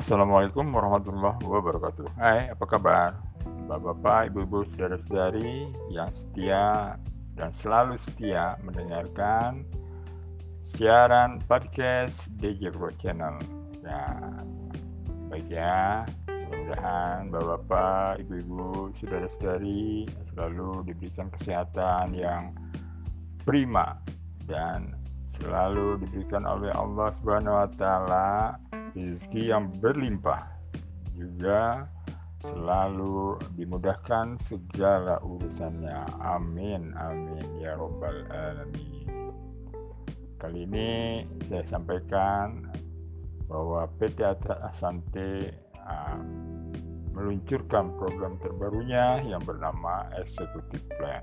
Assalamualaikum warahmatullahi wabarakatuh. Hai, apa kabar? Bapak-bapak, ibu-ibu, saudara-saudari yang setia dan selalu setia mendengarkan siaran podcast DJ Pro Channel. Ya, baik ya. Mudah-mudahan bapak-bapak, ibu-ibu, saudara-saudari selalu diberikan kesehatan yang prima dan selalu diberikan oleh Allah Subhanahu wa taala rezeki yang berlimpah, juga selalu dimudahkan segala urusannya. Amin amin ya robbal alamin. Kali ini saya sampaikan bahwa PT Asante meluncurkan program terbarunya yang bernama Executive Plan.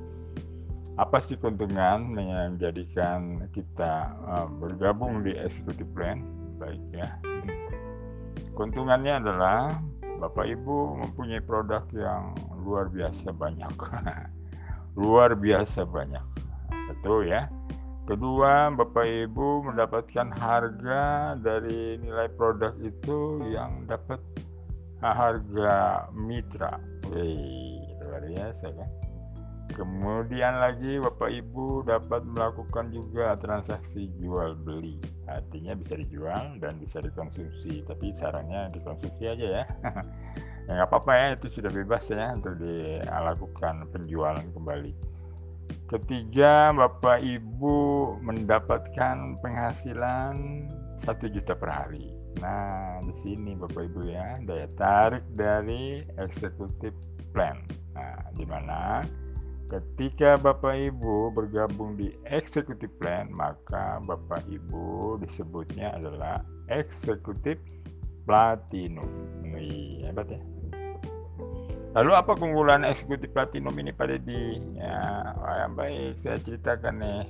Apa sih keuntungan yang menjadikan kita bergabung di Executive Plan? Baik ya. Keuntungannya adalah Bapak Ibu mempunyai produk yang luar biasa banyak. Luar biasa banyak. Satu ya. Kedua, Bapak Ibu mendapatkan harga dari nilai produk itu yang dapat harga mitra. Luar biasa kan? Kemudian lagi Bapak Ibu dapat melakukan juga transaksi jual beli. Artinya bisa dijual dan bisa dikonsumsi, tapi sarannya dikonsumsi aja ya. Ya nggak apa-apa ya, itu sudah bebas ya untuk dilakukan penjualan kembali. Ketiga, Bapak Ibu mendapatkan penghasilan 1 juta per hari. Nah, di sini Bapak Ibu ya, daya tarik dari Executive Plan. Nah, di mana ketika Bapak Ibu bergabung di Executive Plan, maka Bapak Ibu disebutnya adalah Executive Platinum. Hebat ya. Lalu apa keunggulan Executive Platinum ini Pak Deddy? Ya, baik, saya ceritakan nih.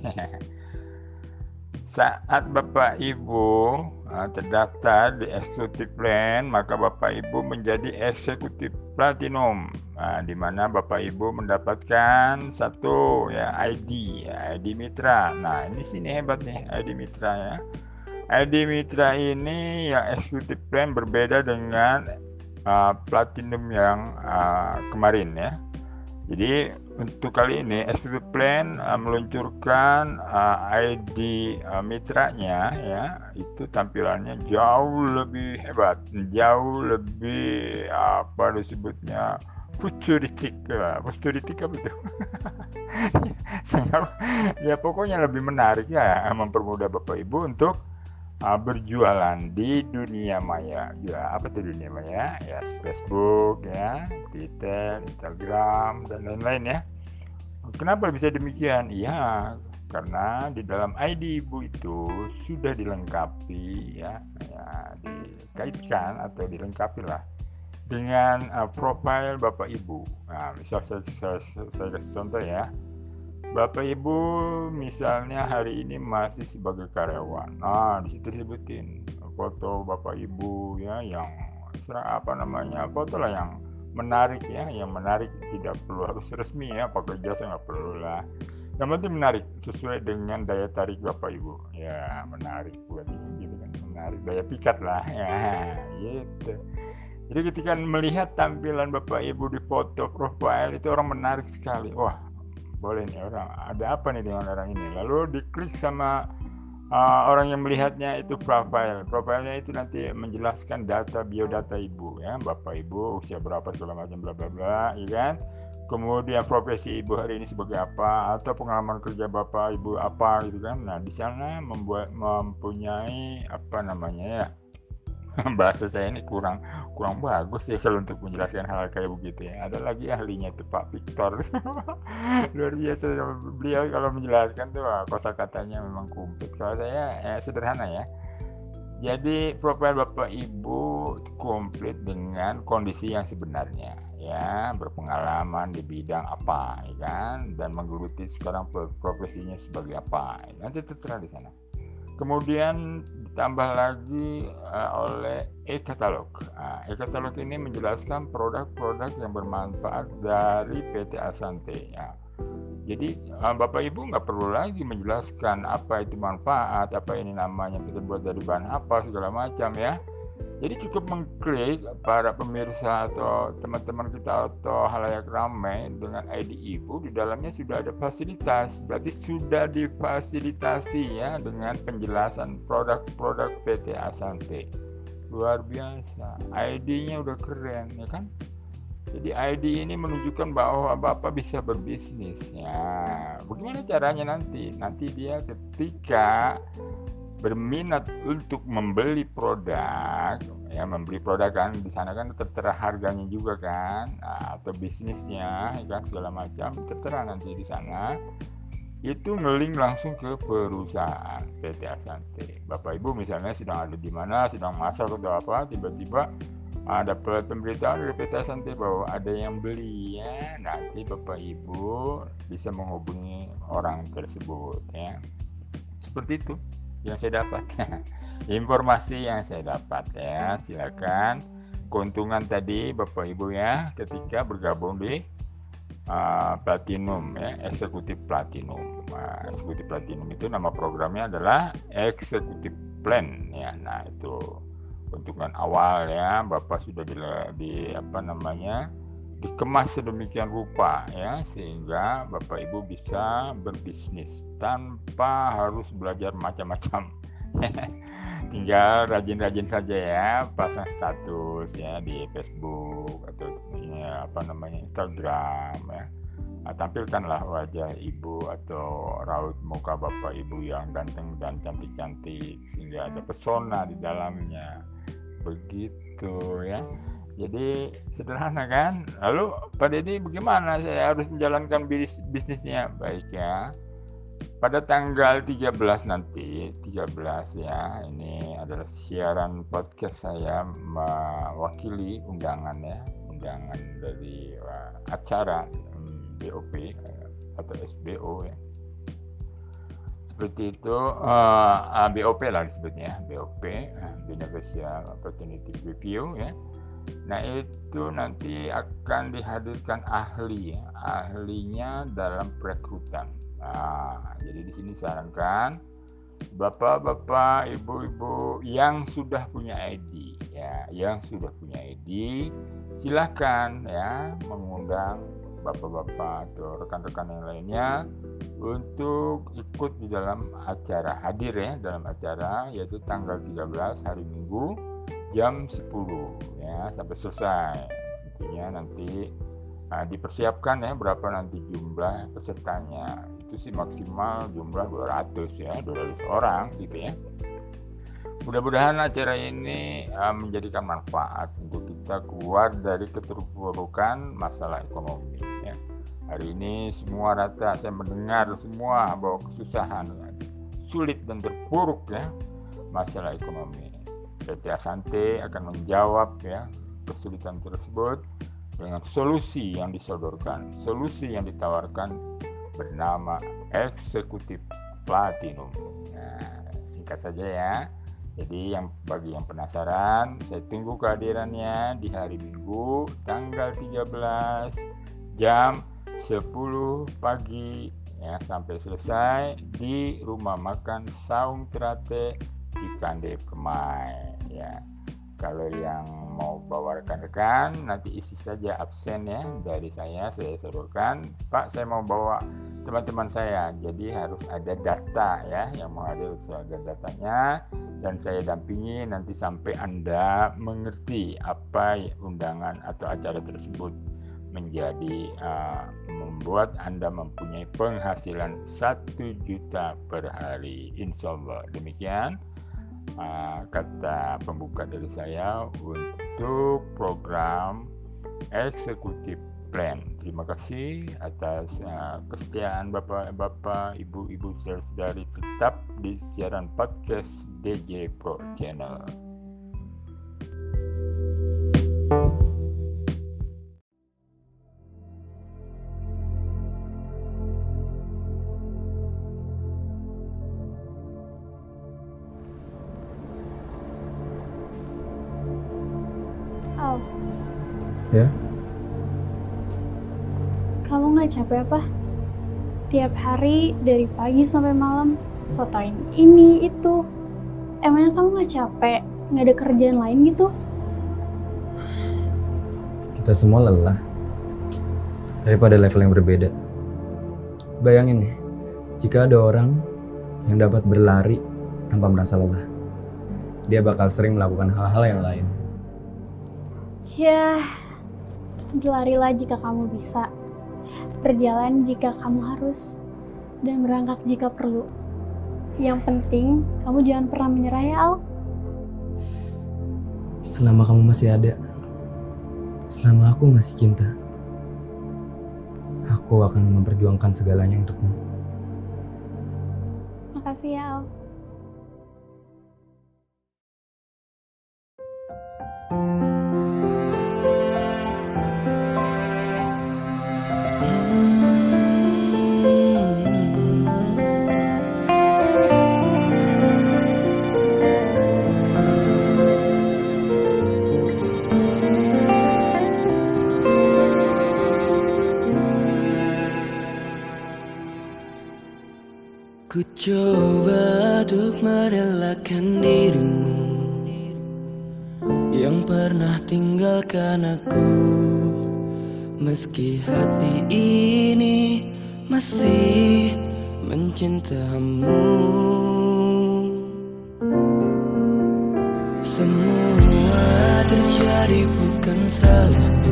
Saat Bapak Ibu terdaftar di Executive Plan, maka Bapak Ibu menjadi Executive Platinum, di mana Bapak Ibu mendapatkan satu ya ID Mitra. Nah, ini sini hebat nih ID Mitra ya. ID Mitra ini yang Executive Plan berbeda dengan Platinum yang kemarin ya. Jadi untuk kali ini Executive Plan meluncurkan ID mitranya ya, itu tampilannya jauh lebih hebat, jauh lebih apa disebutnya futuristik apa tuh? Ya pokoknya lebih menarik ya, mempermudah Bapak Ibu untuk berjualan di dunia maya. Ya, apa tuh dunia maya? Ya, Facebook ya, Twitter, Instagram dan lain-lain ya. Kenapa bisa demikian? Iya, karena di dalam ID Ibu itu sudah dilengkapi ya dikaitkan atau dilengkapi lah dengan profil Bapak Ibu. Nah, misal saya kasih contoh ya. Bapak Ibu misalnya hari ini masih sebagai karyawan. Nah, di situ disebutin foto Bapak Ibu ya yang foto lah yang menarik ya, yang menarik, tidak perlu harus resmi ya, pakai jasa nggak perlu lah. Yang penting menarik sesuai dengan daya tarik Bapak Ibu. Ya, menarik buat ini gitu kan, menarik, daya pikat lah ya, gitu. Jadi ketika melihat tampilan Bapak Ibu di foto profile itu orang menarik sekali. Wah, boleh nih orang, ada apa nih dengan orang ini, lalu diklik sama orang yang melihatnya itu profilnya itu nanti menjelaskan data biodata Ibu ya, Bapak Ibu usia berapa segala macam bla bla bla ya kan, kemudian profesi Ibu hari ini sebagai apa, atau pengalaman kerja Bapak Ibu apa gitu kan. Nah, di sana mempunyai apa namanya ya, bahasa saya ini kurang bagus ya kalau untuk menjelaskan hal kayak begitu ya. Ada lagi ahlinya tuh Pak Victor. Luar biasa beliau kalau menjelaskan tuh kosakatanya memang komplit. Kalau saya sederhana ya. Jadi profil Bapak Ibu komplit dengan kondisi yang sebenarnya ya, berpengalaman di bidang apa ya kan, dan menggeluti sekarang profesinya sebagai apa. Nanti tertera di sana. Kemudian ditambah lagi oleh e-katalog. E-katalog ini menjelaskan produk-produk yang bermanfaat dari PT Asante ya. Jadi Bapak Ibu nggak perlu lagi menjelaskan apa itu manfaat, apa ini namanya, kita buat dari bahan apa segala macam ya. Jadi cukup mengklik para pemirsa atau teman-teman kita atau halayak ramai dengan ID ibu, di dalamnya sudah ada fasilitas. Berarti sudah difasilitasi ya dengan penjelasan produk-produk PT Asante. Luar biasa. ID-nya udah keren ya kan? Jadi ID ini menunjukkan bahwa Bapak bisa berbisnis. Ya, bagaimana caranya nanti? Nanti dia ketika berminat untuk membeli produk, ya membeli produk kan di sana kan tertera harganya juga kan, atau bisnisnya, ya kan segala macam tertera nanti di sana. Itu ngeling langsung ke perusahaan PT Asante. Bapak Ibu misalnya sedang ada di mana, sedang masak atau apa, tiba-tiba dapat pemberitahuan dari PT Asante bahwa ada yang beli ya, nanti Bapak Ibu bisa menghubungi orang tersebut ya. Seperti itu yang saya dapat. Informasi yang saya dapat ya. Silakan. Keuntungan tadi Bapak Ibu ya ketika bergabung di Platinum ya, eksekutif Platinum. Eksekutif Platinum itu nama programnya adalah Executive Plan ya. Nah, itu keuntungan awal ya. Bapak sudah dikemas sedemikian rupa ya, sehingga Bapak Ibu bisa berbisnis tanpa harus belajar macam-macam. Tinggal rajin-rajin saja ya, pasang status ya di Facebook atau ya, Instagram ya. Tampilkanlah wajah Ibu atau raut muka Bapak Ibu yang ganteng dan cantik-cantik sehingga ada pesona di dalamnya. Begitu ya. Jadi sederhana kan? Lalu Pak Deddy bagaimana saya harus menjalankan bisnisnya? Baik ya. Pada tanggal 13 nanti, 13 ya, ini adalah siaran podcast saya mewakili undangan ya, undangan dari acara BOP atau SBO ya. Seperti itu, BOP lah disebutnya, BOP, Beneficial Opportunity Review ya. Nah, itu nanti akan dihadirkan ahlinya dalam perekrutan. Jadi di sini sarankan bapak-bapak, ibu-ibu yang sudah punya ID ya, silahkan ya mengundang bapak-bapak atau rekan-rekan yang lainnya untuk ikut di dalam acara, hadir ya dalam acara, yaitu tanggal 13 hari Minggu jam 10 ya sampai selesai. Tentunya nanti dipersiapkan ya berapa nanti jumlah pesertanya. Itu sih maksimal jumlah 200 orang gitu ya. Mudah-mudahan acara ini menjadikan manfaat untuk kita keluar dari keterpurukan masalah ekonomi ya. Hari ini semua rata saya mendengar semua bahwa kesusahan, sulit dan terpuruk ya masalah ekonomi. PT Asante akan menjawab ya kesulitan tersebut dengan solusi yang disodorkan, solusi yang ditawarkan bernama Eksekutif Platinum. Nah, singkat saja ya. Jadi bagi yang penasaran, saya tunggu kehadirannya di hari Minggu tanggal 13 jam 10 pagi ya sampai selesai di Rumah Makan Saung Terate di Kande Permai ya. Kalau yang mau bawa rekan-rekan, nanti isi saja absen ya dari saya sodorkan, Pak saya mau bawa teman-teman saya, jadi harus ada data ya, yang mau hadir ada datanya, dan saya dampingi nanti sampai Anda mengerti apa undangan atau acara tersebut menjadi membuat Anda mempunyai penghasilan 1 juta per hari, insya Allah. Demikian kata pembuka dari saya untuk program Eksekutif Plan. Terima kasih atas kesetiaan Bapak, Ibu-ibu, saudari tetap di siaran podcast DJ Pro Channel. Ya. Kamu nggak capek apa? Tiap hari dari pagi sampai malam fotoin ini itu. Emangnya kamu nggak capek? Nggak ada kerjaan lain gitu? Kita semua lelah, tapi pada level yang berbeda. Bayangin nih, jika ada orang yang dapat berlari tanpa merasa lelah, dia bakal sering melakukan hal-hal yang lain. Ya, berlarilah jika kamu bisa, berjalan jika kamu harus, dan berangkat jika perlu. Yang penting, kamu jangan pernah menyerah ya, Al. Selama kamu masih ada, selama aku masih cinta, aku akan memperjuangkan segalanya untukmu. Makasih ya, Al. Ku coba untuk merelakan dirimu yang pernah tinggalkan aku, meski hati ini masih mencintamu. Semua terjadi bukan salahmu,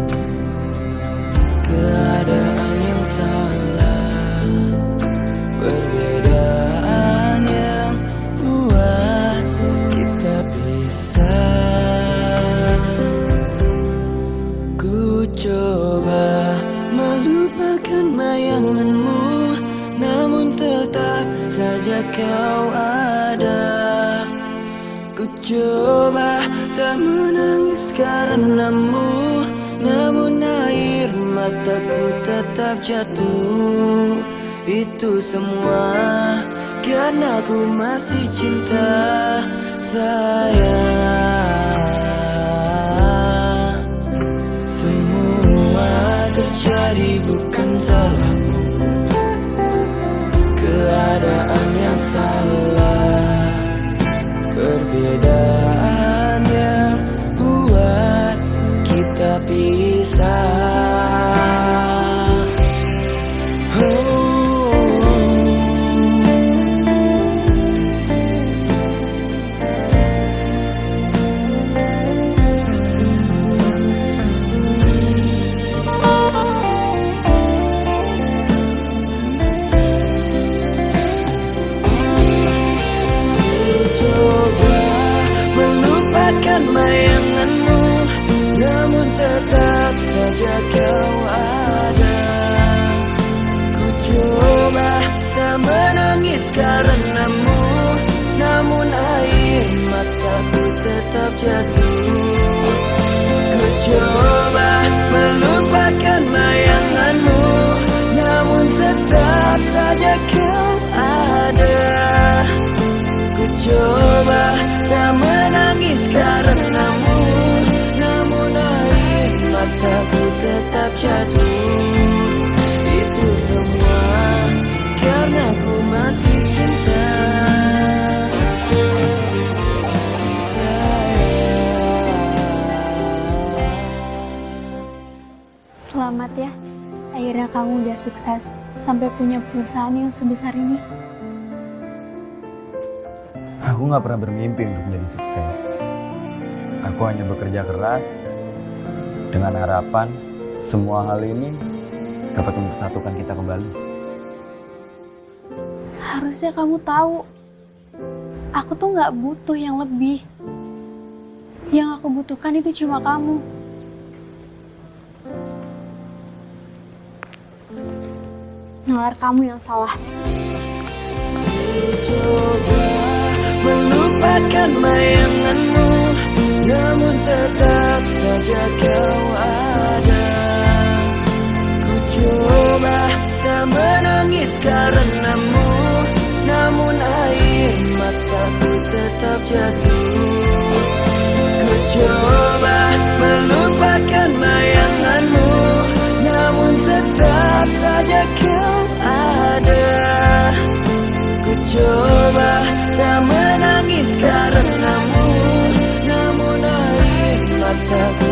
keadaan yang salah, perbedaan yang buat kita pisah. Ku coba melupakan bayanganmu, namun tetap saja kau ada. Ku coba tak menangis karenamu, namun air mataku tetap jatuh. Itu semua karena ku masih cinta, sayang. Semua terjadi bukan salahmu, keadaan yang salah, perbedaan yang buat kita pisah. Bayanganmu, namun tetap saja kau ada. Ku coba tak menangis karenamu, namun air mataku tetap jatuh. Ku coba melupakan bayanganmu, namun tetap saja kau ada. Ku coba tak menangis karenamu, namun air mataku tetap jatuh. Itu semua karena ku masih cinta, sayang. Selamat ya, akhirnya kamu udah sukses sampai punya perusahaan yang sebesar ini. Aku gak pernah bermimpi untuk menjadi sukses. Aku hanya bekerja keras dengan harapan semua hal ini dapat mempersatukan kita kembali. Harusnya kamu tahu, aku tuh gak butuh yang lebih. Yang aku butuhkan itu cuma kamu. Nalar kamu yang salah. Melupakan bayanganmu, namun tetap saja kau ada. Ku coba tak menangis karenamu, namun air mataku tetap jatuh. Ku coba melupakan bayanganmu, namun tetap saja kau ada. Ku coba tak menangis karenamu, mataku